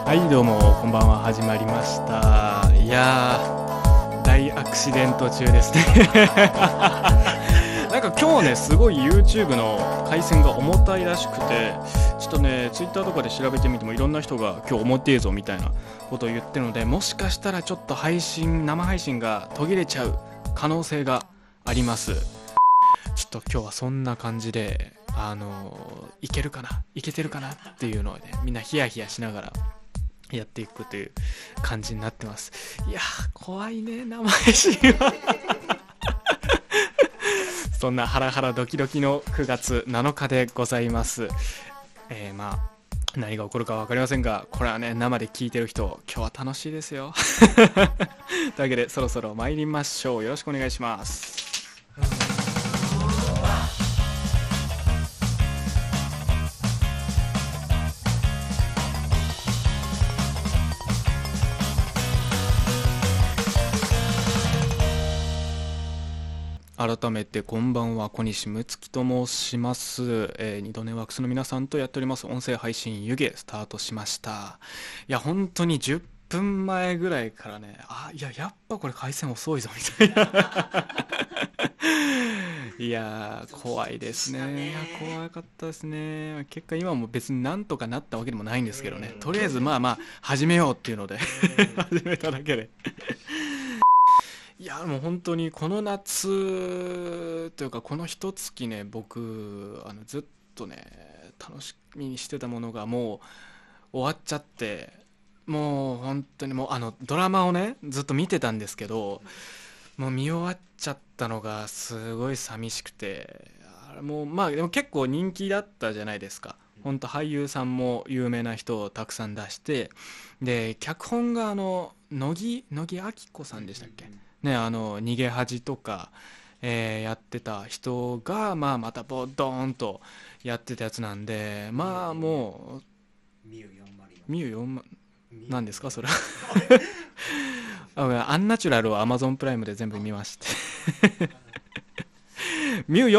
はいどうもこんばんは。始まりました。いやー大アクシデント中ですねなんか今日ねすごい YouTube の回線が重たいらしくて、ちょっとね Twitter とかで調べてみてもいろんな人が今日重てえぞみたいなことを言ってるので、もしかしたらちょっと生配信が途切れちゃう可能性があります。ちょっと今日はそんな感じでいけるかないけてるかなっていうのをねみんなヒヤヒヤしながらやっていくという感じになってます。いやー怖いね生配信はそんなハラハラドキドキの9月7日でございます。まあ何が起こるか分かりませんが、これはね生で聞いてる人今日は楽しいですよというわけでそろそろ参りましょう。よろしくお願いします。改めてこんばんは、小西睦月と申します。二度寝ワークスの皆さんとやっております音声配信湯気スタートしました。いや本当に10分前ぐらいからね、やっぱこれ回線遅いぞみたいないやー怖いですね。いや怖かったですね。結果今も別になんとかなったわけでもないんですけどね、とりあえずまあ始めようっていうので始めただけでいやもう本当にこの夏というかこの一月ね、僕ずっとね楽しみにしてたものがもう終わっちゃって、もう本当にもうドラマをねずっと見てたんですけど、もう見終わっちゃったのがすごい寂しくて、もうでも結構人気だったじゃないですか。本当俳優さんも有名な人をたくさん出して、で脚本が乃木明子さんでしたっけね、逃げ恥とか、やってた人が、またドーンとやってたやつなんで、もうミュ4なんですかそれはアンナチュラルを Amazon プライムで全部見ましてミュ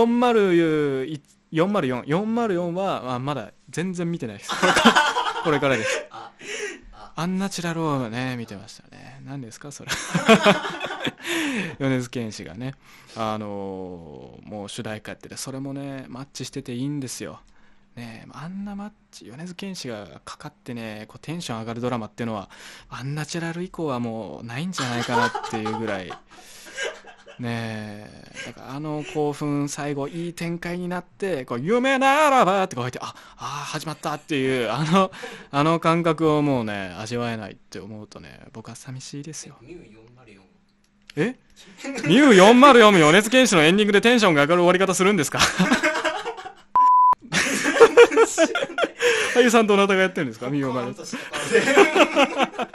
404は、まだ全然見てないですこれからですアンナチュラルをね見てましたね。何ですかそれ米津玄師がねもう主題歌やってて、それもねマッチしてていいんですよね。あんなマッチ米津玄師がかかってねこうテンション上がるドラマっていうのはアンナチュラル以降はもうないんじゃないかなっていうぐらいねえ、だから興奮最後いい展開になってこう夢ならばってこうやって始まったっていうあの感覚をもうね味わえないって思うとね僕は寂しいですよ。ミュー404米津玄師のエンディングでテンションが上がる終わり方するんですか俳優さんどなたがやってるんですかミュー404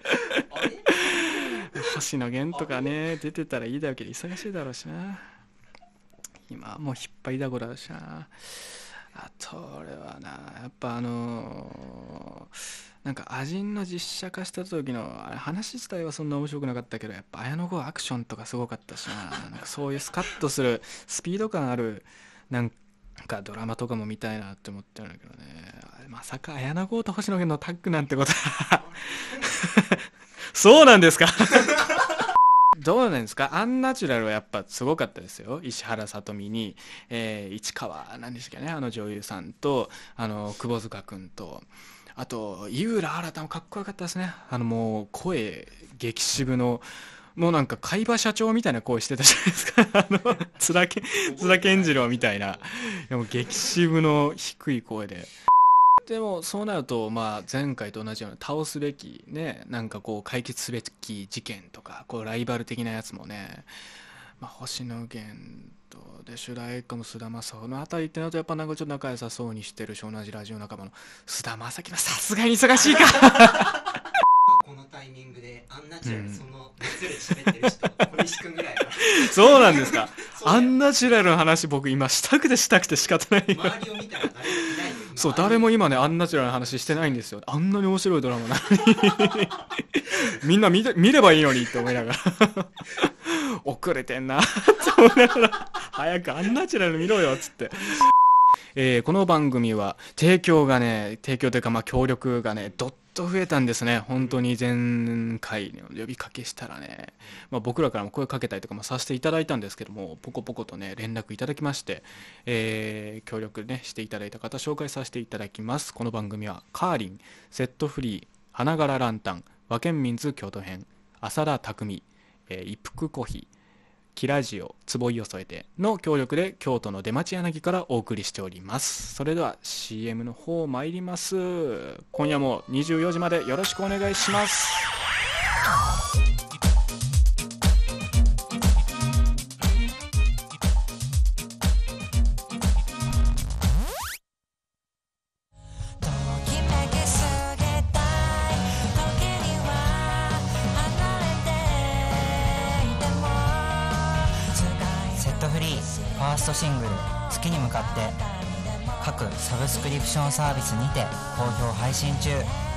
星野源とかね出てたらいいだけで忙しいだろうしな。今はもう引っ張りだこだしな。あと俺はなやっぱなんかアジンの実写化した時の話自体はそんな面白くなかったけど、やっぱ綾野剛アクションとかすごかったしな。なんかそういうスカッとするスピード感あるなんかドラマとかも見たいなって思ってるんだけどね。まさか綾野剛と星野源のタッグなんてことはそうなんですかどうなんですか。アンナチュラルはやっぱすごかったですよ。石原さとみに、市川何でしたっけね女優さんと窪塚君と、あと井浦新もかっこよかったですね。もう声激渋のもうなんか海馬社長みたいな声してたじゃないですか津田健次郎みたいな、でも激渋の低い声で。でもそうなると前回と同じような倒すべきね、なんかこう解決すべき事件とかこうライバル的なやつもね、星野源とで主題歌も菅田将暉のあたりってなると、やっぱなんかちょっと仲良さそうにしてる同じラジオ仲間の菅田将暉はさすがに忙しいかこのタイミングでアンナチュラルその熱で喋ってる人、小西くんぐらいかなそうなんですかアンナチュラルの話僕今したくて仕方ない周りを見たら誰もいないよ。 そう誰も今ねアンナチュラルの話してないんですよ。あんなに面白いドラマなのにみんな見ればいいのにって思いながら遅れてんなって思いながら早くアンナチュラル見ろよっつってこの番組は提供というか協力がねドッと増えたんですね。本当に前回の呼びかけしたらね、僕らからも声かけたりとかもさせていただいたんですけども、ポコポコとね、連絡いただきまして、協力ね、していただいた方、紹介させていただきます。この番組は、カーリン、セットフリー、花柄ランタン、和健民ズ京都編、浅田匠、一服コーヒー、キラジオ、坪井を添えての協力で京都の出町柳からお送りしております。それでは CM の方参ります。今夜も24時までよろしくお願いします。 セットフリーファーストシングル「月に向かって」各サブスクリプションサービスにて好評配信中。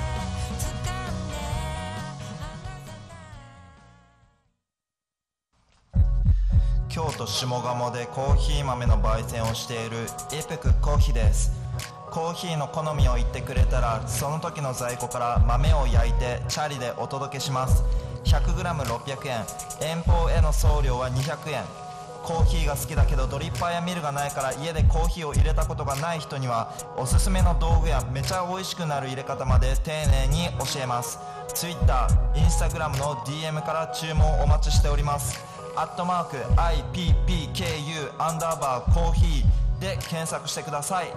京都下鴨でコーヒー豆の焙煎をしているエペクコーヒーです。コーヒーの好みを言ってくれたらその時の在庫から豆を焼いてチャリでお届けします。 100g600 円、遠方への送料は200円。コーヒーが好きだけどドリッパーやミルがないから家でコーヒーを入れたことがない人にはおすすめの道具やめちゃ美味しくなる入れ方まで丁寧に教えます。 Twitter、Instagram の DM から注文お待ちしております。@IPPKU_コーヒーで検索してください。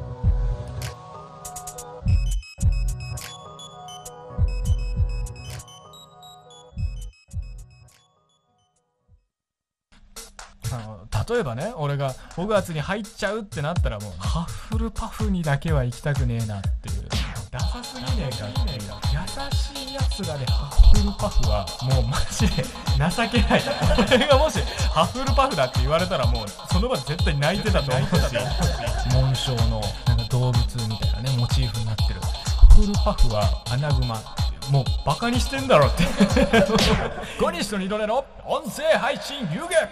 例えばね、俺が5月に入っちゃうってなったらもうハッフルパフにだけは行きたくねえなっていう、ダサすぎねえかっていう、優しいやつらでハッフルパフはもうマジで情けない。俺がもしハッフルパフだって言われたらもうその場で絶対泣いてたと思うし、紋章のなんか動物みたいなねモチーフになってるハッフルパフはアナグマっていう、もうバカにしてんだろってゴニシと二度寝の音声配信遊戯。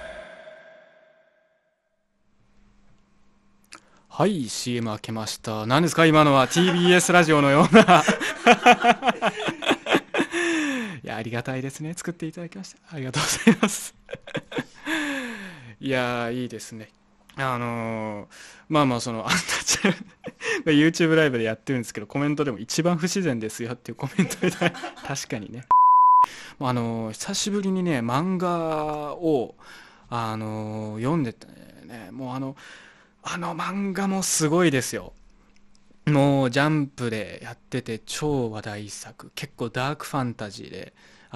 はい、 CM 開けました。何ですか今のは。 TBS ラジオのようないや、ありがたいですね。作っていただきました。ありがとうございますいやー、いいですね。そのアンタッチャブルYouTube ライブでやってるんですけど、コメントでも一番不自然ですよっていうコメントで確かにね。久しぶりにね漫画を読んでてね、もう漫画もすごいですよ。もうジャンプでやってて超話題作、結構ダークファンタジーで、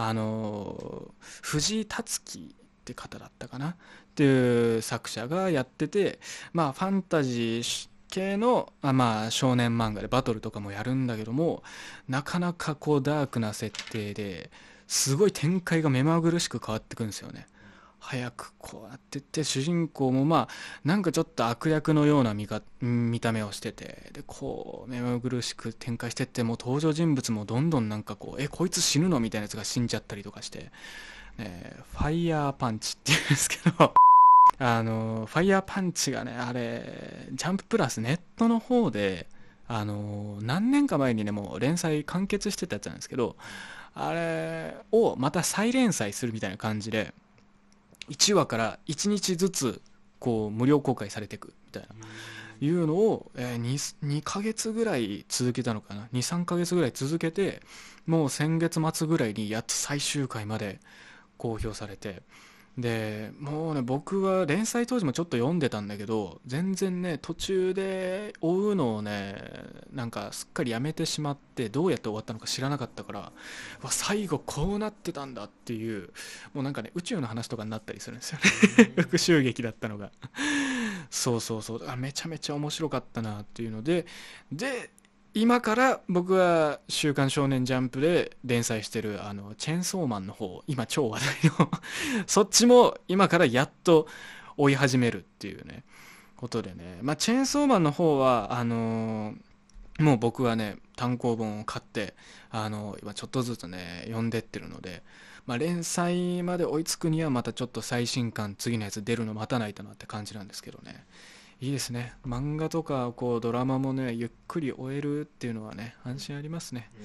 藤井達樹って方だったかなっていう作者がやってて、ファンタジー系の少年漫画でバトルとかもやるんだけども、なかなかこうダークな設定ですごい展開が目まぐるしく変わってくるんですよね。早くこうやってって主人公もなんかちょっと悪役のような見た目をしてて、でこう目まぐるしく展開してって、もう登場人物もどんどんなんかこうこいつ死ぬのみたいなやつが死んじゃったりとかして、ファイヤーパンチっていうんですけどファイヤーパンチがね、あれジャンププラスネットの方で何年か前にねもう連載完結してたやつなんですけど、あれをまた再連載するみたいな感じで1話から1日ずつこう無料公開されていくみたいないうのを、2ヶ月ぐらい続けたのかな、23ヶ月ぐらい続けて、もう先月末ぐらいにやっと最終回まで公表されて、でもうね僕は連載当時もちょっと読んでたんだけど、全然ね途中で追うのをねなんかすっかりやめてしまって、どうやって終わったのか知らなかったから、最後こうなってたんだっていう、もうなんかね宇宙の話とかになったりするんですよね復讐劇だったのがそうそうそう、めちゃめちゃ面白かったなっていうので、今から僕は週刊少年ジャンプで連載してるチェンソーマンの方、今超話題のそっちも今からやっと追い始めるっていうねことでね、チェーンソーマンの方はもう僕はね単行本を買って今ちょっとずつね読んでってるので、連載まで追いつくにはまたちょっと最新刊次のやつ出るの待たないとなって感じなんですけどね。いいですね、漫画とかこうドラマもねゆっくり終えるっていうのはね安心ありますね。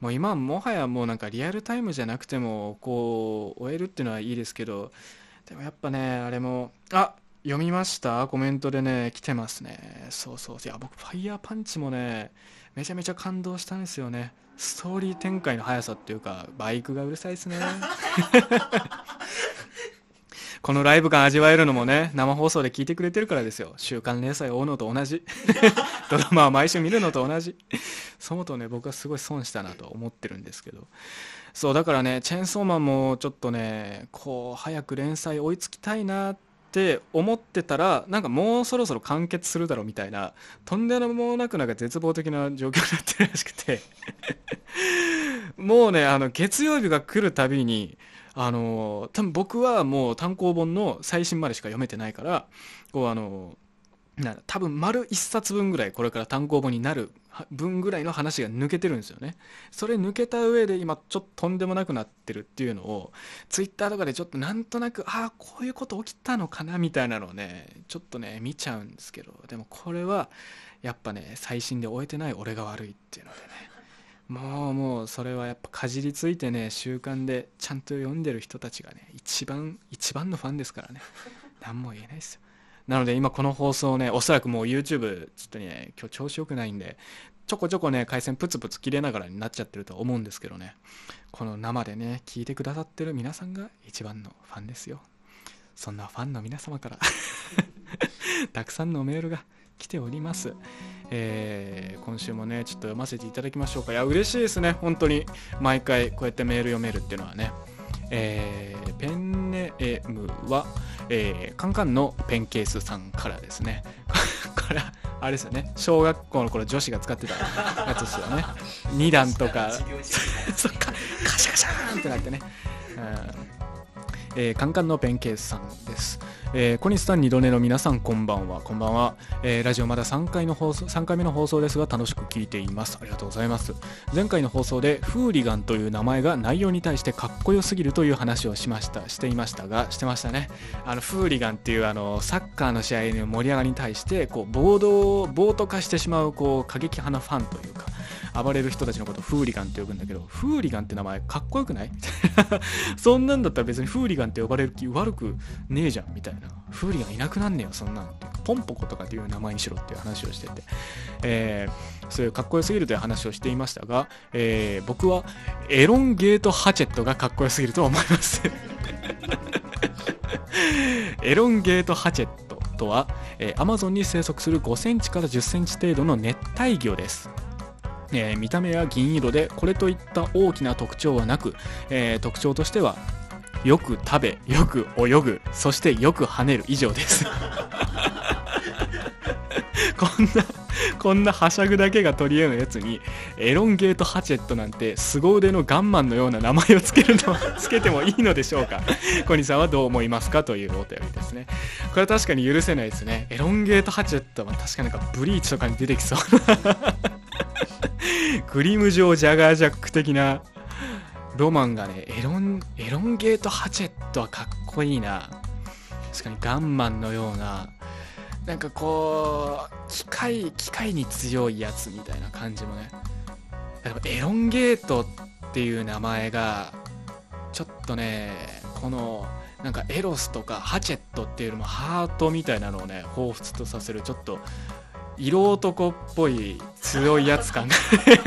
もう今はもはやもうなんかリアルタイムじゃなくてもこう終えるっていうのはいいですけど、でもやっぱねあれも読みました。コメントでね来てますね。そうそう、いや僕ファイヤーパンチもねめちゃめちゃ感動したんですよね。ストーリー展開の速さっていうかバイクがうるさいですねこのライブ感味わえるのもね生放送で聞いてくれてるからですよ。週刊連載を追うのと同じドラマは毎週見るのと同じ。そう思うとね僕はすごい損したなと思ってるんですけど、そうだからねチェーンソーマンもちょっとねこう早く連載追いつきたいなって思ってたら、なんかもうそろそろ完結するだろうみたいな、とんでもなくなんか絶望的な状況になってるらしくてもうね月曜日が来るたびに多分僕はもう単行本の最新までしか読めてないから、こう多分丸1冊分ぐらいこれから単行本になる分ぐらいの話が抜けてるんですよね。それ抜けた上で今ちょっととんでもなくなってるっていうのをツイッターとかでちょっとなんとなくこういうこと起きたのかなみたいなのをねちょっとね見ちゃうんですけど、でもこれはやっぱね最新で終えてない俺が悪いっていうのでね、もうそれはやっぱかじりついてね週刊でちゃんと読んでる人たちがね一番のファンですからね、何も言えないですよ。なので今この放送ねおそらくもう YouTube ちょっとね今日調子良くないんでちょこちょこね回線プツプツ切れながらになっちゃってると思うんですけどね、この生でね聞いてくださってる皆さんが一番のファンですよ。そんなファンの皆様からたくさんのメールが来ております。今週もねちょっと読ませていただきましょうか。いや嬉しいですね本当に毎回こうやってメール読めるっていうのはね。ペンネームは、カンカンのペンケースさんからですねこれあれですよね、小学校の頃女子が使ってたやつですよね。2段とかそっかカシャカシャーンってなってね、カンカンのペンケースさんです。小西さん、二度寝の皆さん、こんばんは。こんばんは。ラジオまだ3回目の放送ですが楽しく聞いています。ありがとうございます。前回の放送でフーリガンという名前が内容に対してかっこよすぎるという話をしてましたね。フーリガンっていうサッカーの試合の盛り上がりに対してこう暴徒化してしまうこう過激派なファンというか暴れる人たちのことをフーリガンって呼ぶんだけど、フーリガンって名前かっこよくないそんなんだったら別にフーリガンって呼ばれる気悪くねえじゃんみたいな。フーリガンいなくなんねえよそんなんって、ポンポコとかっていう名前にしろっていう話をしてて、そういうかっこよすぎるという話をしていましたが、僕はエロンゲートハチェットがかっこよすぎると思いますエロンゲートハチェットとは、アマゾンに生息する5センチから10センチ程度の熱帯魚です。見た目は銀色でこれといった大きな特徴はなく、特徴としてはよく食べ、よく泳ぐ、そしてよく跳ねる以上ですこんなはしゃぐだけが取り柄のやつにエロンゲートハチェットなんて凄腕のガンマンのような名前をつけてもいいのでしょうか。小西さんはどう思いますかというお便りですね。これは確かに許せないですね。エロンゲートハチェットは確かになんかブリーチとかに出てきそうグリム状ジャガージャック的なロマンがね、エロンゲートハチェットはかっこいいな。確かにガンマンのようななんかこう機械に強いやつみたいな感じもね。やっぱエロンゲートっていう名前がちょっとね、このなんかエロスとかハチェットっていうよりもハートみたいなのをね彷彿とさせるちょっと色男っぽい強いやつ感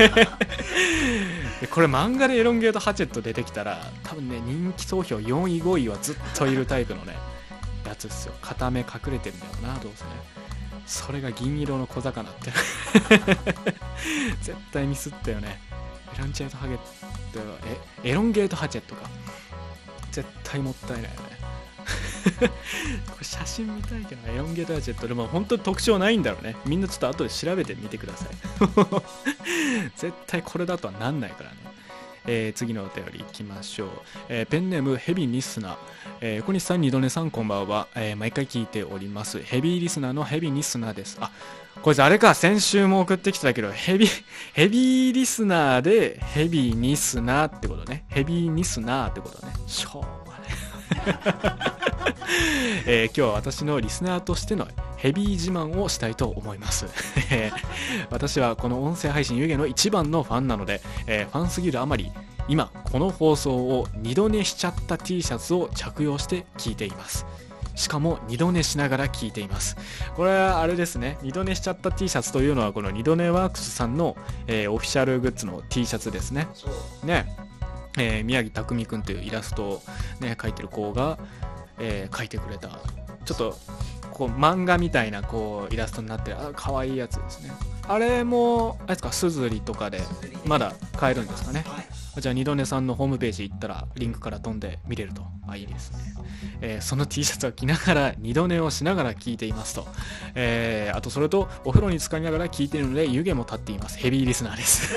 これ漫画でエロンゲートハチェット出てきたら多分ね人気投票4位5位はずっといるタイプのねやつですよ。片目隠れてるんだよなどうせね。それが銀色の小魚って絶対ミスったよね。エロンゲートハゲットエロンゲートハチェットか絶対もったいないよねこれ写真見たいけどエロンゲートハチェットでも本当に特徴ないんだろうね。みんなちょっと後で調べてみてください絶対これだとはなんないからね。次のお便りいきましょう。ペンネームヘビーリスナー、小西さん、二度寝さん、こんばんは。毎回聞いております。ヘビーリスナーのヘビーリスナーです。あ、こいつあれか、先週も送ってきてたけどヘビーリスナーでヘビーニスナーってことね。ヘビーニスナーってことね。しょうがね今日は私のリスナーとしてのヘビー自慢をしたいと思います私はこの音声配信湯気の一番のファンなので、ファンすぎるあまり今この放送を二度寝しちゃった T シャツを着用して聞いています。しかも二度寝しながら聞いています。これはあれですね、二度寝しちゃった T シャツというのはこの二度寝ワークスさんの、オフィシャルグッズの T シャツですね。ね、宮城匠くんというイラストを、ね、描いてる子が、描いてくれたちょっとこう漫画みたいなこうイラストになってる可愛いやつですね。あれもあれですか、すずりとかでまだ買えるんですかね。じゃあ二度寝さんのホームページ行ったらリンクから飛んで見れると。いいですね。その T シャツを着ながら二度寝をしながら聞いていますと。あとそれとお風呂に浸かりながら聞いているので湯気も立っています。ヘビーリスナーです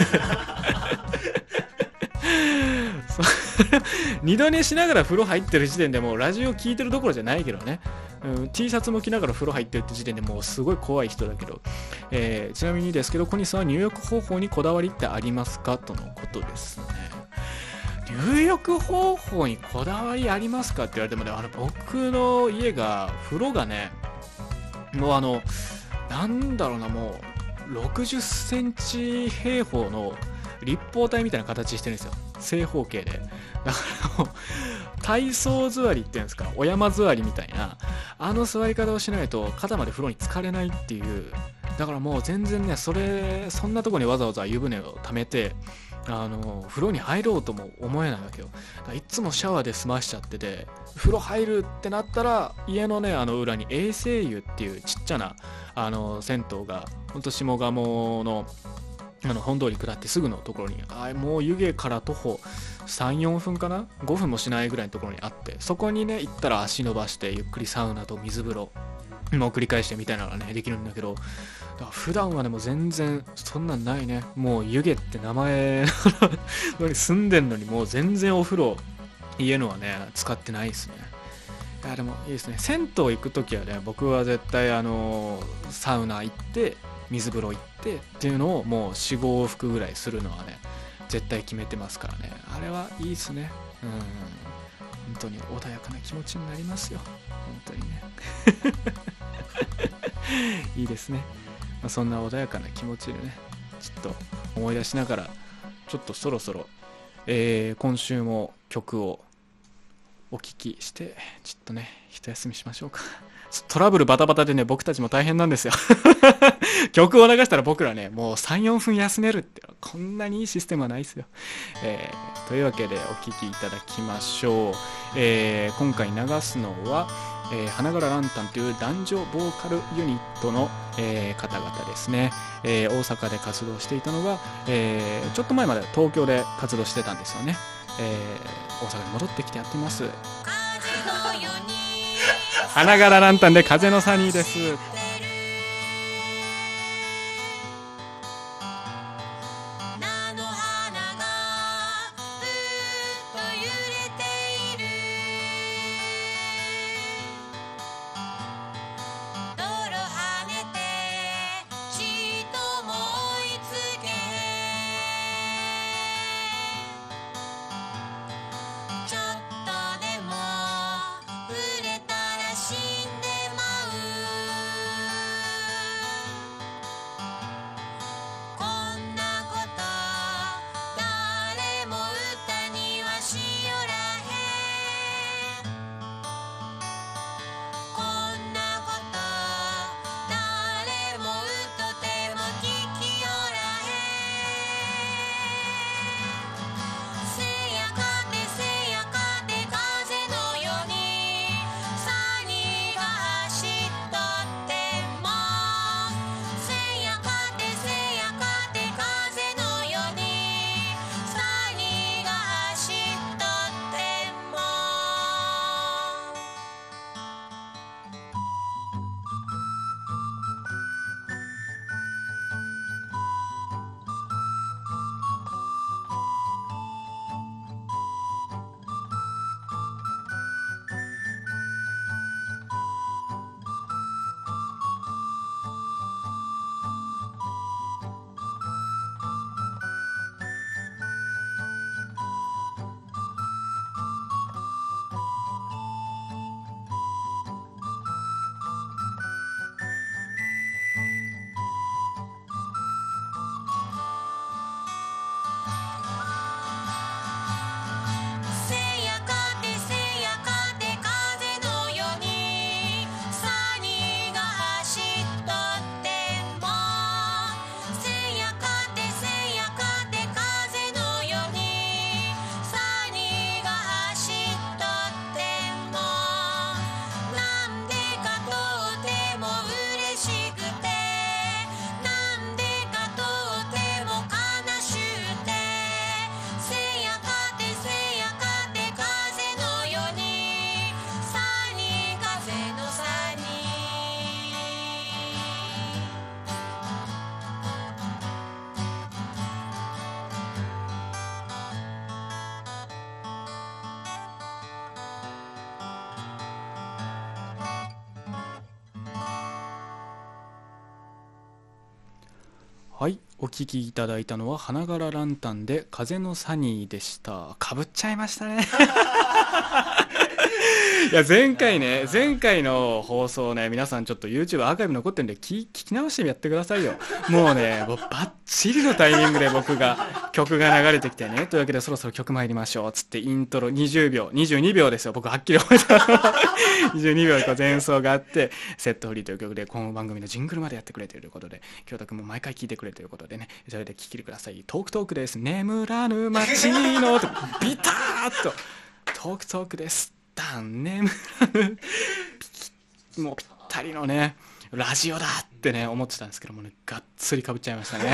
二度寝しながら風呂入ってる時点でもうラジオ聞いてるどころじゃないけどね、T シャツも着ながら風呂入ってるって時点でもうすごい怖い人だけど、ちなみにですけど小西さんは入浴方法にこだわりってありますかとのことですね。入浴方法にこだわりありますかって言われてもね、僕の家が風呂がねもうなんだろうな、もう60センチ平方の立方体みたいな形してるんですよ、正方形で。だからもう体操座りっていうんですか、お山座りみたいな座り方をしないと肩まで風呂に浸かれないっていう。だからもう全然ね、そんなとこにわざわざ湯船を溜めて風呂に入ろうとも思えないわけよ。だからいつもシャワーで済ましちゃってて、風呂入るってなったら家のね裏に衛生湯っていうちっちゃな銭湯がほんと下鴨の本通り下ってすぐのところにもう湯気から徒歩 3,4 分かな、5分もしないぐらいのところにあって、そこにね行ったら足伸ばしてゆっくりサウナと水風呂もう繰り返してみたいなのがねできるんだけど、だから普段はねもう全然そんなんないね。もう湯気って名前のに住んでんのにもう全然お風呂家のはね使ってないですね。いやでもいいですね。銭湯行くときはね僕は絶対サウナ行って水風呂行ってっていうのをもう 4,5 往復ぐらいするのはね絶対決めてますからね。あれはいいですね。本当に穏やかな気持ちになりますよ、本当にねいいですね。そんな穏やかな気持ちでねちょっと思い出しながら、ちょっとそろそろ、今週も曲をお聴きしてちょっとね一休みしましょうか。トラブルバタバタでね僕たちも大変なんですよ曲を流したら僕らねもう 3,4 分休めるって、こんなにいいシステムはないですよ。というわけでお聴きいただきましょう。今回流すのは、花柄ランタンという男女ボーカルユニットの、方々ですね。大阪で活動していたのが、ちょっと前まで東京で活動してたんですよね。大阪に戻ってきてやってます。花柄ランタンで風のサニーです。 ちょっとでも触れたら死んでまうはい、お聞きいただいたのは花柄ランタンで風のサニーでした。かぶっちゃいましたねいや前回の放送ね、皆さんちょっと YouTube アーカイブ残ってるんで聞き直してやってくださいよ。もうね、バッチリのタイミングで曲が流れてきてね、というわけでそろそろ曲参りましょうつってイントロ22秒ですよ。僕はっきり覚えた22秒でこう前奏があって、セットフリーという曲でこの番組のジングルまでやってくれているということで、京太くんも毎回聴いてくれということでね、それで聴きてください。トークです。眠らぬ街のとビターッとトークです。眠らぬもうぴったりのねラジオだってね思ってたんですけどもね、がっつりかぶっちゃいましたね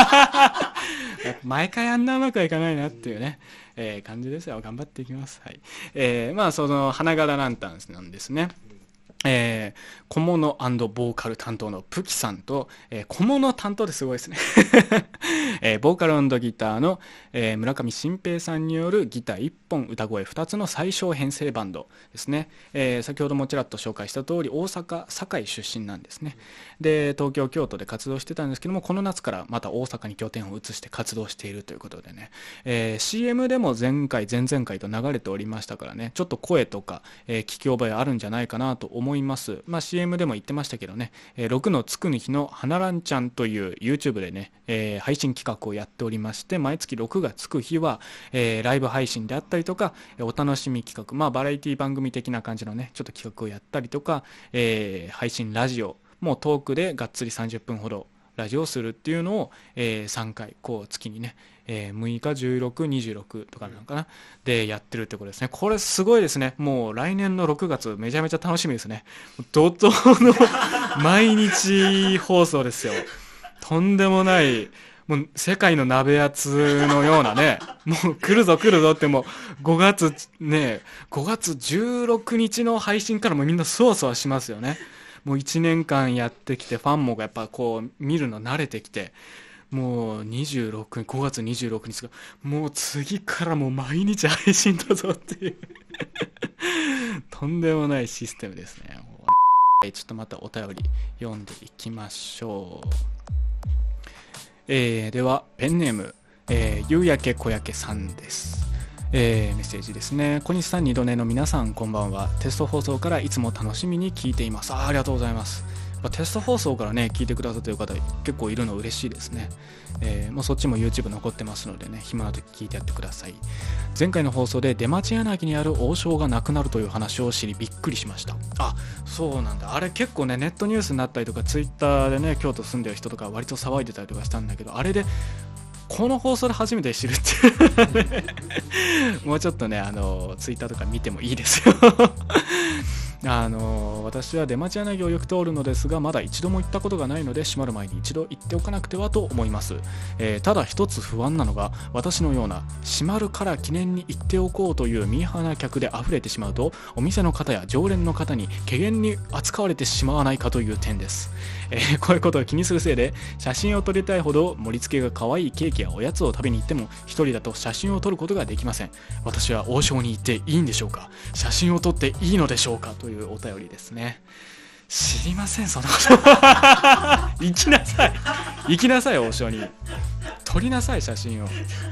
毎回あんなうまくはいかないなっていうね、感じですよ。頑張っていきます。はい。まあその花柄ランタンなんですね。小物&ボーカル担当のプキさんと、小物担当ですごいですね、ボーカル&ギターの、村上新平さんによるギター1本歌声2つの最小編成バンドですね。先ほどもちらっと紹介した通り大阪堺出身なんですね。で東京京都で活動してたんですけども、この夏からまた大阪に拠点を移して活動しているということでね、CM でも前々回と流れておりましたからね、ちょっと声とか、聞き覚えあるんじゃないかなと思います。まあ CM でも言ってましたけどね、6のつくぬ日の花ランちゃんという YouTube でね、配信企画をやっておりまして、毎月6がつく日は、ライブ配信であったりとか、お楽しみ企画、まあバラエティ番組的な感じのね、ちょっと企画をやったりとか、配信ラジオもうトークでがっつり30分ほどラジオをするっていうのを、3回こう月にね、6日16、26とかなんかなでやってるってことですね。これすごいですね。もう来年の6月めちゃめちゃ楽しみですね。怒涛の毎日放送ですよ。とんでもない、もう世界の鍋やつのようなね、もう来るぞってもう5月16日の配信からもみんなそわそわしますよね。もう1年間やってきてファンもやっぱこう見るの慣れてきて、もう5月26日がもう次からもう毎日配信だぞっていうとんでもないシステムですね。ちょっとまたお便り読んでいきましょう。ではペンネーム、夕焼け小焼けさんです。メッセージですね。小西さん、二度寝の皆さんこんばんは。テスト放送からいつも楽しみに聞いています。ありがとうございます。テスト放送からね聞いてくださっている方結構いるの嬉しいですね。もうそっちも YouTube 残ってますのでね、暇な時聞いてやってください。前回の放送で出町柳にある王将がなくなるという話を知りびっくりしました。あ、そうなんだ。あれ結構ねネットニュースになったりとか Twitter でね京都住んでる人とか割と騒いでたりとかしたんだけど、あれでこの放送で初めて知るってもうちょっとねツイッターとか見てもいいですよ私は出町柳をよく通るのですが、まだ一度も行ったことがないので閉まる前に一度行っておかなくてはと思います。ただ一つ不安なのが、私のような閉まるから記念に行っておこうというミーハーな客で溢れてしまうと、お店の方や常連の方に怪訝に扱われてしまわないかという点です。こういうことを気にするせいで、写真を撮りたいほど盛り付けが可愛いケーキやおやつを食べに行っても一人だと写真を撮ることができません。私は王将に行っていいんでしょうか、写真を撮っていいのでしょうか、というお便りですね。知りません、そんなこと行きなさい王将に撮りなさい写真をい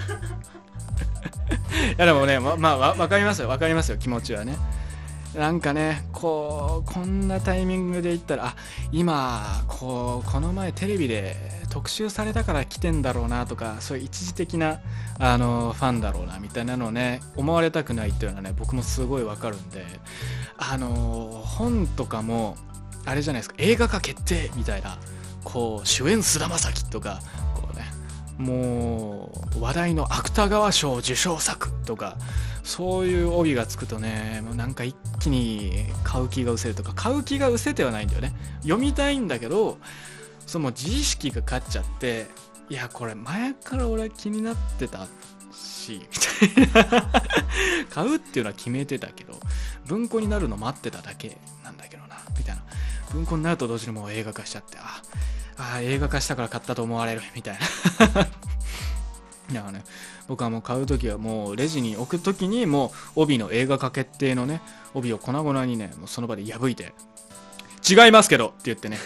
やでもね、わかりますよ気持ちはね。なんかねこんなタイミングで言ったら、今この前テレビで特集されたから来てんだろうなとか、そういう一時的なファンだろうなみたいなのをね思われたくないっていうのはね僕もすごいわかるんで、本とかもあれじゃないですか、映画化決定みたいな、こう主演菅田将暉とかこうね、もう話題の芥川賞受賞作とか、そういう帯がつくとね、もうなんか一気に買う気が失せるとか、買う気が失せてはないんだよね。読みたいんだけど、その自意識が勝っちゃって、いやこれ前から俺は気になってたしみたいな買うっていうのは決めてたけど、文庫になるの待ってただけなんだけどなみたいな。文庫になると同時にもう映画化しちゃって、映画化したから買ったと思われるみたいなだからね、僕はもう買うときはもうレジに置くときにもう帯の映画化決定のね帯を粉々にねもうその場で破いて、 違いますけどって言ってね、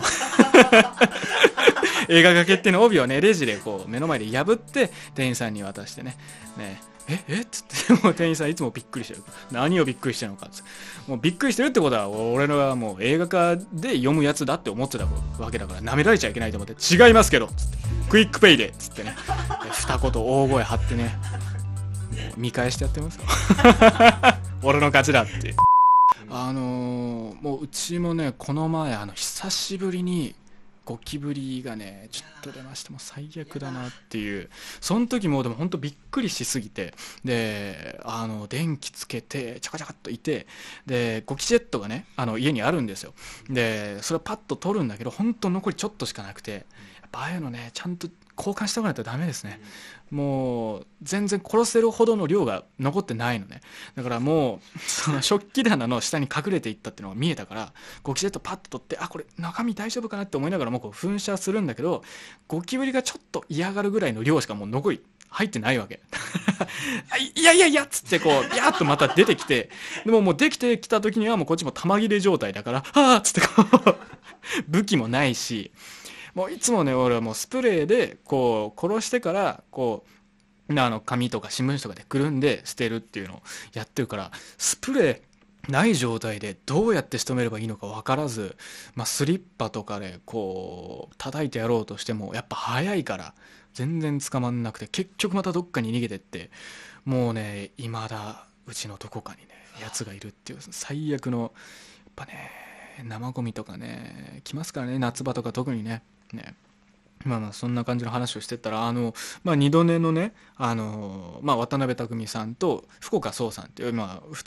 映画が決定の帯をねレジでこう目の前で破って店員さんに渡してね、えっつって、もう店員さんいつもびっくりしてる。何をびっくりしてるのかっつって、もうびっくりしてるってことは俺のはもう映画化で読むやつだって思ってたわけだから、舐められちゃいけないと思って、違いますけどっつって、クイックペイでっつってね、二言大声張ってね、もう見返してやってますよ俺の勝ちだって。もううちもねこの前久しぶりにゴキブリがねちょっと出まして、もう最悪だなっていう。その時もでも本当びっくりしすぎて、で電気つけてチャカチャカっといて、でゴキジェットがね家にあるんですよ。でそれをパッと取るんだけど、本当残りちょっとしかなくて、やっぱああいうのねちゃんと交換しておかないとダメですね。もう全然殺せるほどの量が残ってないのね。だからもうその食器棚の下に隠れていったっていうのが見えたから、ゴキジェットパッと取って、あこれ中身大丈夫かなって思いながらもこう噴射するんだけど、ゴキブリがちょっと嫌がるぐらいの量しかもう残り入ってないわけいやっつってこうビャーっとまた出てきて、でももうできてきた時にはもうこっちも弾切れ状態だから、あーっつってこう武器もないし、もういつもね俺はもうスプレーでこう殺してからこう紙とか新聞紙とかでくるんで捨てるっていうのをやってるから、スプレーない状態でどうやって仕留めればいいのか分からず、スリッパとかでこう叩いてやろうとしてもやっぱ早いから全然捕まんなくて、結局またどっかに逃げてって、もうね未だうちのどこかにねやつがいるっていう最悪の、やっぱね生ゴミとかね来ますからね、夏場とか特にね。そんな感じの話をしてたら二度寝のね渡辺匠さんと福岡壮さんっていう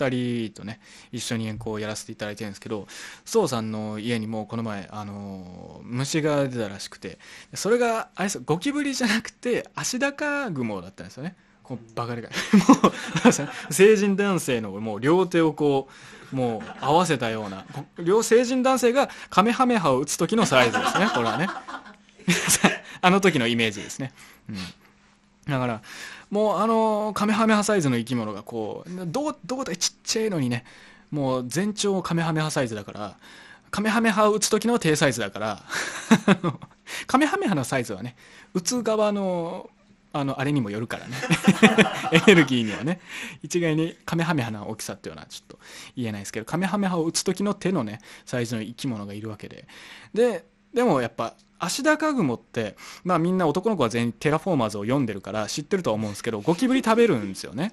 2人とね一緒にこうやらせていただいてるんですけど、壮さんの家にもこの前虫が出たらしくて、それがあれですゴキブリじゃなくてアシダカグモだったんですよね。こうバカでかいもう成人男性のもう両手をこうもう合わせたような成人男性がカメハメハを打つ時のサイズですね、これはねあの時のイメージですね、だからもうカメハメハサイズの生き物がこうどうだいちっちゃいのにね、もう全長カメハメハサイズだから、カメハメハを打つ時の低サイズだからカメハメハのサイズはね打つ側のあれにもよるからねエネルギーにはね一概にカメハメハな大きさっていうのはちょっと言えないですけど、カメハメハを打つ時の手のねサイズの生き物がいるわけでもやっぱアシダカグモってみんな男の子は全員テラフォーマーズを読んでるから知ってるとは思うんですけど、ゴキブリ食べるんですよね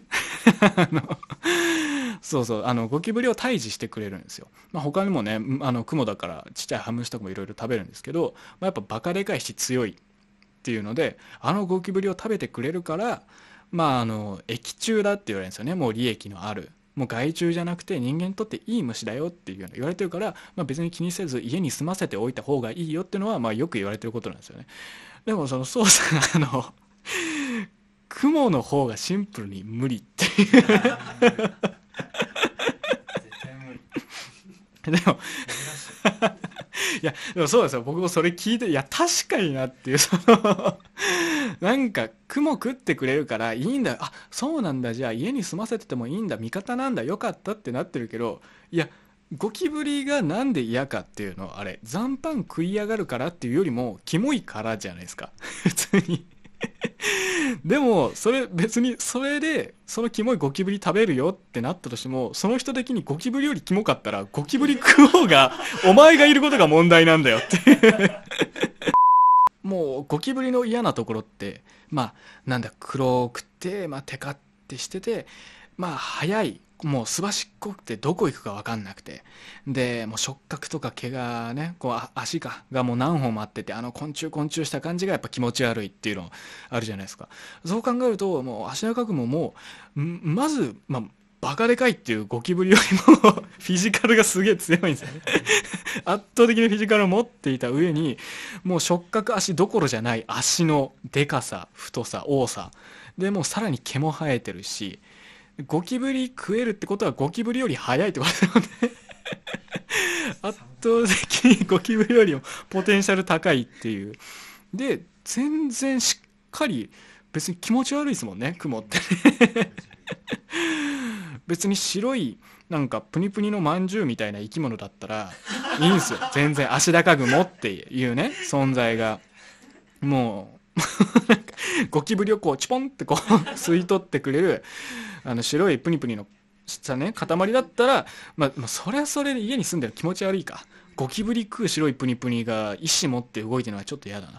そうゴキブリを退治してくれるんですよ。他にもねクモだからちっちゃいハムシとかもいろいろ食べるんですけど、やっぱバカでかいし強いっていうのでゴキブリを食べてくれるから益虫だって言われるんですよね。もう利益のある、もう害虫じゃなくて人間にとっていい虫だよっていうの言われてるから、別に気にせず家に住ませておいた方がいいよっていうのはよく言われてることなんですよね。でもその操作がクモの方がシンプルに無理っていうでもそうですよ。僕もそれ聞いて、いや確かになっていうなんか雲食ってくれるからいいんだ、あそうなんだ、じゃあ家に住ませててもいいんだ、味方なんだ、よかったってなってるけど、いやゴキブリがなんで嫌かっていうの、あれ残飯食いやがるからっていうよりもキモいからじゃないですか普通にでもそれ別にそれでそのキモいゴキブリ食べるよってなったとしても、その人的にゴキブリよりキモかったらゴキブリ食おうがお前がいることが問題なんだよってもうゴキブリの嫌なところってなんだ黒くてテカってしてて速い、もうすばしっこくてどこ行くか分かんなくて、でもう触覚とか毛がねこう足がもう何本もあってて昆虫した感じがやっぱ気持ち悪いっていうのあるじゃないですか。そう考えるともうアシナカグモもまずバカでかいっていうゴキブリよりもフィジカルがすげえ強いんですよね圧倒的にフィジカルを持っていた上に、もう触覚足どころじゃない足のでかさ太さ多さで、もうさらに毛も生えてるし、ゴキブリ食えるってことはゴキブリより速いってことなので圧倒的にゴキブリよりもポテンシャル高いっていうで、全然しっかり別に気持ち悪いですもんね、雲って別に白いなんかプニプニのまんじゅうみたいな生き物だったらいいんすよ。全然足高雲っていうね存在がもうなんかゴキブリをこうチポンってこう吸い取ってくれる白いプニプニのしたね塊だったら、まあそれはそれで家に住んでる気持ち悪いか。ゴキブリ食う白いプニプニが意志持って動いてるのはちょっと嫌だな。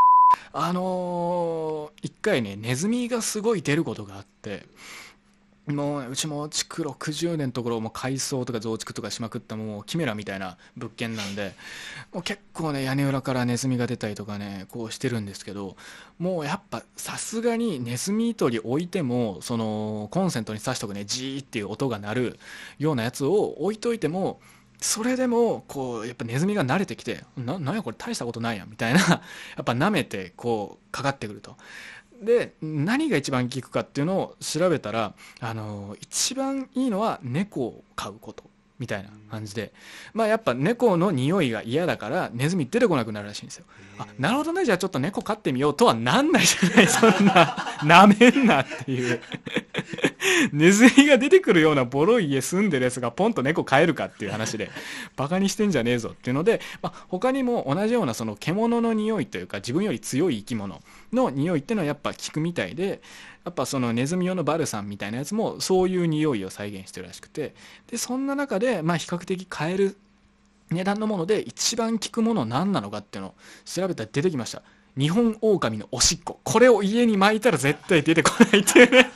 一回ねネズミがすごい出ることがあって、もううちも築60年のところも改装とか増築とかしまくったもうキメラみたいな物件なんで、もう結構ね屋根裏からネズミが出たりとかねこうしてるんですけど、もうやっぱさすがにネズミ捕り置いてもそのコンセントに挿しとくねジーっていう音が鳴るようなやつを置いといても、それでもこうやっぱネズミが慣れてきてなんやこれ大したことないやんみたいなやっぱ舐めてこうかかってくると。で何が一番効くかっていうのを調べたら一番いいのは猫を飼うことみたいな感じで、まあやっぱ猫の匂いが嫌だからネズミ出てこなくなるらしいんですよ。あ、なるほどね、じゃあちょっと猫飼ってみようとはなんないじゃない、そんななめんなっていうネズミが出てくるようなボロい家住んでるやつがポンと猫飼えるかっていう話でバカにしてんじゃねえぞっていうので、他にも同じようなその獣の匂いというか自分より強い生き物の匂いっていうのはやっぱ効くみたいで、やっぱそのネズミ用のバルサンみたいなやつもそういう匂いを再現してるらしくて、でそんな中で比較的買える値段のもので一番効くもの何なのかっていうのを調べたら出てきました。日本狼のおしっこ。これを家に巻いたら絶対出てこないっていうね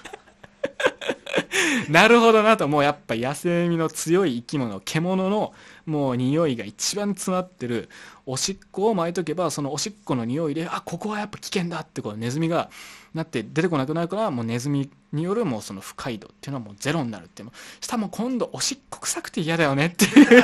なるほどなと。もうやっぱ野生味の強い生き物、獣のもう匂いが一番詰まってるおしっこを巻いとけば、そのおしっこの匂いでここはやっぱ危険だってこうネズミがなって出てこなくなるから、もうネズミによるもうその不快度っていうのはもうゼロになるっていうの。したらもう今度おしっこ臭くて嫌だよねって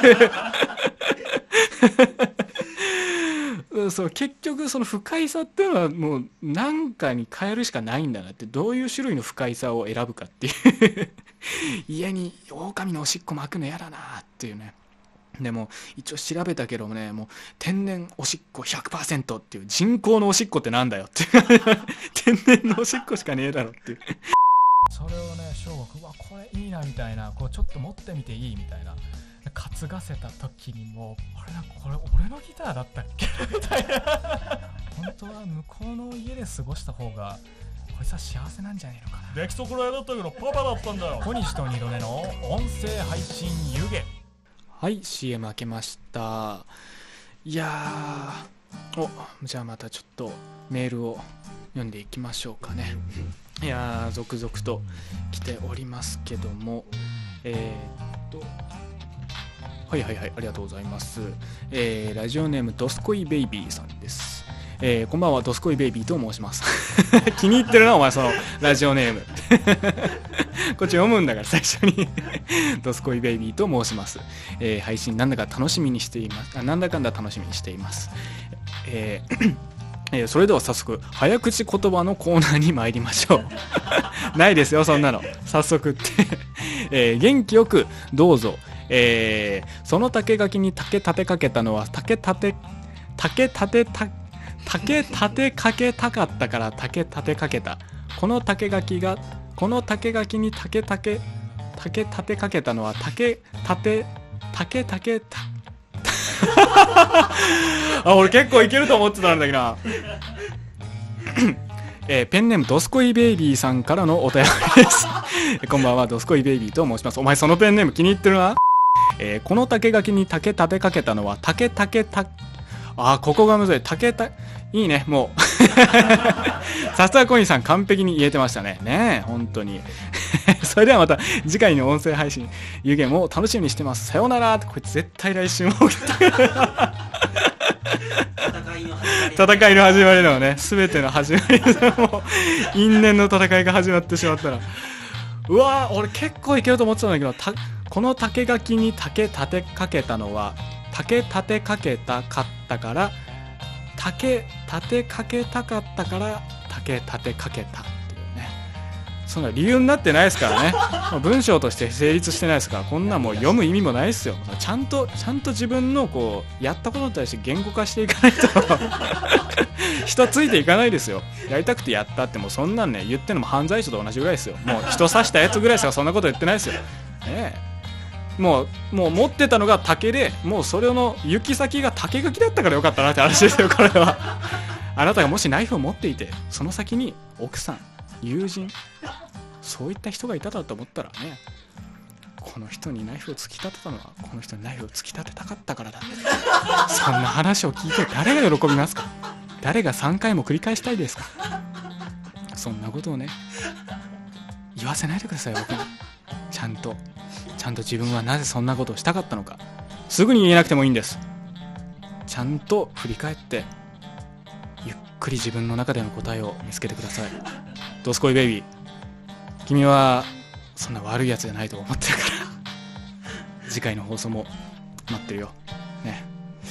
いうそう結局その不快さっていうのはもう何かに変えるしかないんだなって、どういう種類の不快さを選ぶかっていう家に狼のおしっこ巻くの嫌だなっていうね。でも一応調べたけどもね、もう天然おしっこ 100% っていう、人工のおしっこってなんだよって天然のおしっこしかねえだろっていうそれをね翔吾君、これいいなみたいな、こうちょっと持ってみていいみたいな、担がせた時にもあれなんかこれ俺のギターだったっけみたいな本当は向こうの家で過ごした方がこいつは幸せなんじゃねえのかな。出来損ないだったけどパパだったんだよ。小西と二度寝の音声配信湯気。 はい、 CM 開けました。いやー、じゃあまたちょっとメールを読んでいきましょうかね。いやー続々と来ておりますけども、はいはいはい、ありがとうございます。ラジオネームドスコイベイビーさんです。こんばんは、ドスコイベイビーと申します気に入ってるなお前そのラジオネームこっち読むんだから最初にドスコイベイビーと申します。配信なんだか楽しみにしています。なんだかんだ楽しみにしています。それでは早速早口言葉のコーナーに参りましょうないですよそんなの、早速って元気よくどうぞ。その竹垣に竹立てかけたのは竹立てかけたかったから竹立てかけた。この竹垣に竹立てかけたのは竹俺結構いけると思ってたんだけどなペンネームドスコイベイビーさんからのお便りですこんばんは、ドスコイベイビーと申します。お前そのペンネーム気に入ってるな。この竹垣に竹立てかけたのはここがむずい。いいね、もうさすがコインさん完璧に言えてましたね。ねえ本当にそれではまた次回の音声配信湯気も楽しみにしてます。さようなら。こいつ絶対来週も戦いの始まりのね、全ての始まりもう因縁の戦いが始まってしまったら、うわー俺結構いけると思ってたんだけど、この竹垣に竹立てかけたのは竹立てかけたかったから竹立てかけたかったから竹立てかけたっていうね、そんな理由になってないですからね文章として成立してないですから、こんなもう読む意味もないですよ。ちゃんと自分のこうやったことに対して言語化していかないと人ついていかないですよ。やりたくてやったってもうそんなんね言ってんのも犯罪者と同じぐらいですよ。もう人刺したやつぐらいしかそんなこと言ってないですよね。 もう持ってたのが竹で、もうそれの行き先が竹垣だったからよかったなって話ですよこれは。あなたがもしナイフを持っていて、その先に奥さん、友人、そういった人がいただと思ったらね、この人にナイフを突き立てたのはこの人にナイフを突き立てたかったからだって、そんな話を聞いて誰が喜びますか？誰が3回も繰り返したいですか？そんなことをね、言わせないでください僕に。ちゃんと自分はなぜそんなことをしたかったのか、すぐに言えなくてもいいんです。ちゃんと振り返ってゆっくり自分の中での答えを見つけてください。ドスコイベイビー、君はそんな悪いやつじゃないと思ってるから次回の放送も待ってるよね。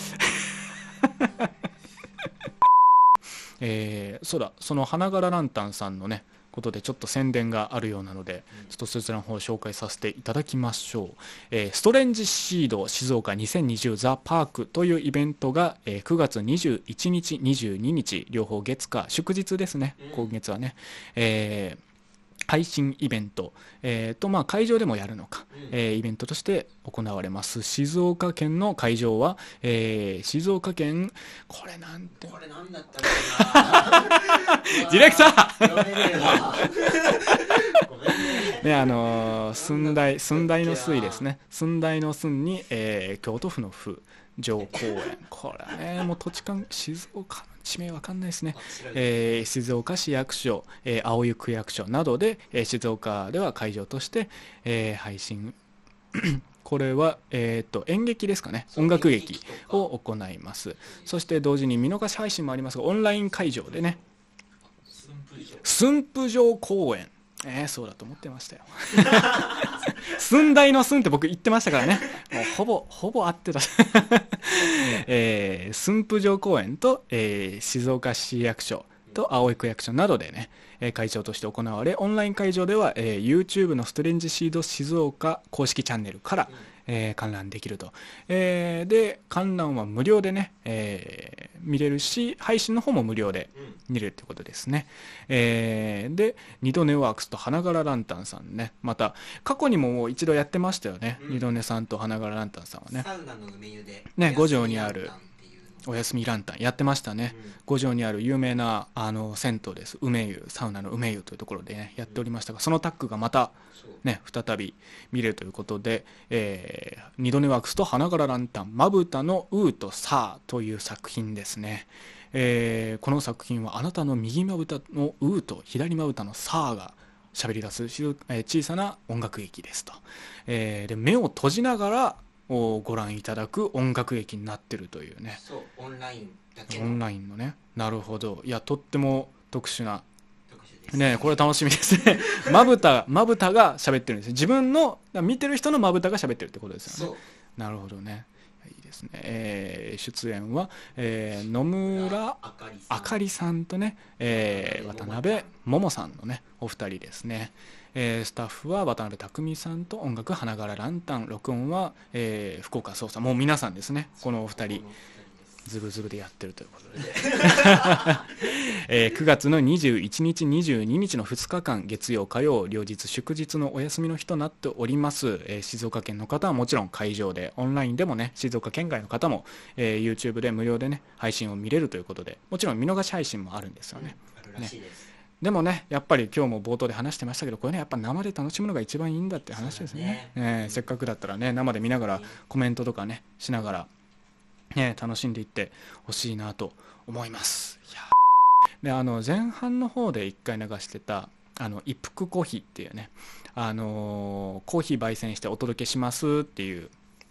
そうだ、その花柄ランタンさんのねことでちょっと宣伝があるようなので、ちょっとそちらの方を紹介させていただきましょう。ストレンジシード静岡2020ザパークというイベントが、9月21日22日両方月火祝日ですね、今月はね、配信イベント、会場でもやるのか、イベントとして行われます。静岡県の会場は、静岡県、これなんだったっけなディレクター読めねえわごめんね。 寸大の水ですね。寸大の寸に、京都府の府城公園、これはねもう土地勘、静岡地名わかんないですね。静岡市役所、青湯区役所などで、静岡では会場として、配信これは、演劇ですかね、音楽劇を行います。そして同時に見逃し配信もありますが、オンライン会場でね、駿府城公園、そうだと思ってましたよ寸大の寸って僕言ってましたからね、もうほぼ合ってた駿府城公園と、静岡市役所と青井区役所などでね、会場として行われ、オンライン会場では、YouTube のストレンジシード静岡公式チャンネルから、観覧できると、で観覧は無料でね、見れるし、配信の方も無料で見れるということですね。で二度寝ワークスと花柄ランタンさんね、また過去にももう一度やってましたよね、二度寝さんと花柄ランタンさんはね、 サウナの梅湯でね、五条にあるおやすみランタンやってましたね、五条にある有名な銭湯です。梅湯、サウナの梅湯というところで、ね、やっておりましたが、そのタッグがまた、ね、再び見れるということで、二度寝ワークスと花柄ランタンまぶたのウーとサーという作品ですね。この作品はあなたの右まぶたのウーと左まぶたのサーが喋り出す、小さな音楽劇ですと、で目を閉じながらご覧いただく音楽劇になってるというね。 そう、オンラインだけのオンラインのね、なるほど。いや、とっても特殊な特集ですね、これ楽しみですねまぶたが喋ってるんですよ。自分の見てる人のまぶたが喋ってるってことですよね。なるほどね、いいですね。出演は、野村あかりさんとね、渡辺桃さんのねお二人ですね。スタッフは渡辺匠さんと音楽花柄ランタン、録音は、福岡壮さん、もう皆さんですね。このお二人ズブズブでやってるということで、9月の21日22日の2日間、月曜火曜両日祝日のお休みの日となっております。静岡県の方はもちろん会場で、オンラインでもね、静岡県外の方も、YouTube で無料でね配信を見れるということで、もちろん見逃し配信もあるんですよね。 あるらしいです。 でもね、やっぱり今日も冒頭で話してましたけど、これね、やっぱ生で楽しむのが一番いいんだって話ですね。せっかくだったらね、生で見ながらコメントとかねしながら、ね、楽しんでいってほしいなと思います。いやで前半の方で1回流してた一服コーヒーっていうね、コーヒー焙煎してお届けしますっていう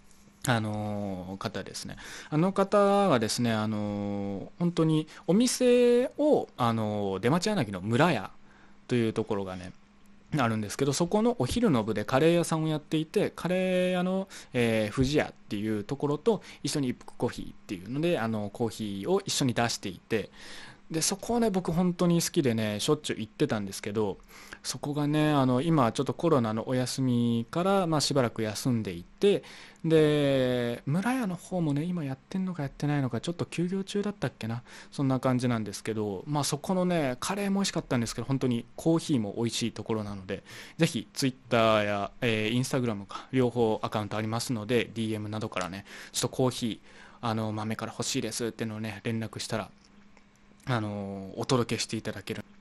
方ですね。方がですね、本当にお店を出町柳の村屋というところがねあるんですけど、そこのお昼の部でカレー屋さんをやっていて、カレー屋の、富士屋っていうところと一緒に一服コーヒーっていうのでコーヒーを一緒に出していて、 でそこをね僕本当に好きでねしょっちゅう行ってたんですけど、そこがね今ちょっとコロナのお休みから、しばらく休んでいて、で村屋の方もね今やってんのかやってないのかちょっと休業中だったっけな、そんな感じなんですけど、そこのねカレーも美味しかったんですけど、本当にコーヒーも美味しいところなので、ぜひツイッターや、インスタグラムか両方アカウントありますので DM などからねちょっとコーヒー豆から欲しいですっていうのをね連絡したらお届けしていただける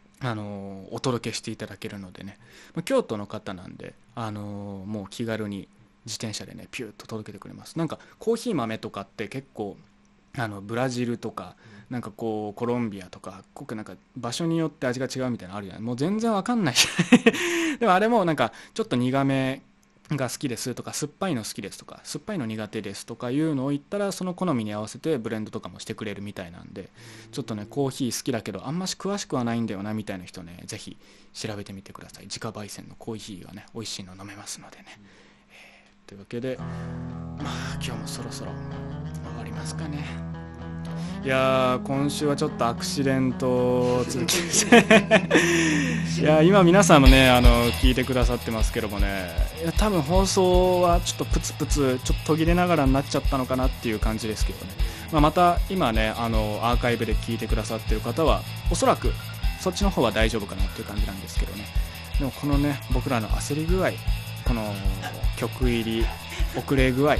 のでね、京都の方なんでもう気軽に自転車でねピューッと届けてくれます。なんかコーヒー豆とかって結構ブラジルとかなんかこうコロンビアとかなんか場所によって味が違うみたいなのあるじゃない、もう全然わかんないでもあれもなんかちょっと苦めが好きですとか酸っぱいの好きですとか酸っぱいの苦手ですとかいうのを言ったらその好みに合わせてブレンドとかもしてくれるみたいなんで、ちょっとねコーヒー好きだけどあんまし詳しくはないんだよなみたいな人ねぜひ調べてみてください。自家焙煎のコーヒーがね美味しいの飲めますのでね、というわけで今日もそろそろ終わりますかね。いやー今週はちょっとアクシデント続きですいや今皆さんもね聞いてくださってますけどもね、いや多分放送はちょっとプツプツちょっと途切れながらになっちゃったのかなっていう感じですけどね、また今ねアーカイブで聞いてくださってる方はおそらくそっちの方は大丈夫かなっていう感じなんですけどね、でもこのね僕らの焦り具合、この曲入り遅れ具合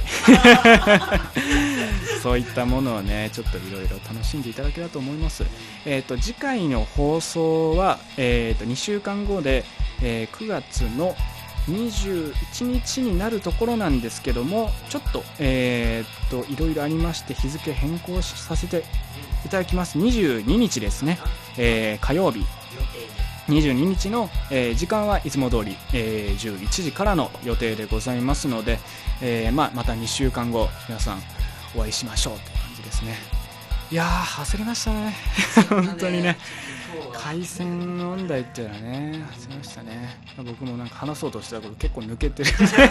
そういったものをねちょっといろいろ楽しんでいただけたらと思います。次回の放送は、2週間後で、9月の21日になるところなんですけども、ちょっといろいろありまして日付変更させていただきます。22日ですね、火曜日22日の、時間はいつも通り、11時からの予定でございますので、また2週間後皆さんお会いしましょうという感じですね。いやー焦りましたね本当にね、海鮮問題っていうのはね焦りましたね。僕もなんか話そうとしたこと結構抜けてる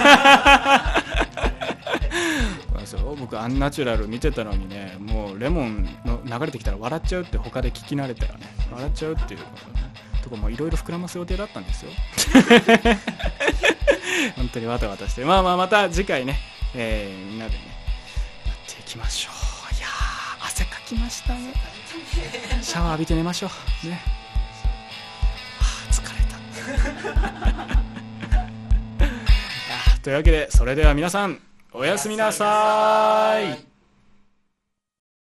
僕アンナチュラル見てたのにね、もうレモンの流れてきたら笑っちゃうって他で聞き慣れたらね笑っちゃうっていうとこもいろいろ膨らます予定だったんですよ本当にわたわたして、また次回ね、みんなでねやっていきましょう。いやー汗かきましたねシャワー浴びて寝ましょうね。疲れたというわけでそれでは皆さんおやすみなさい。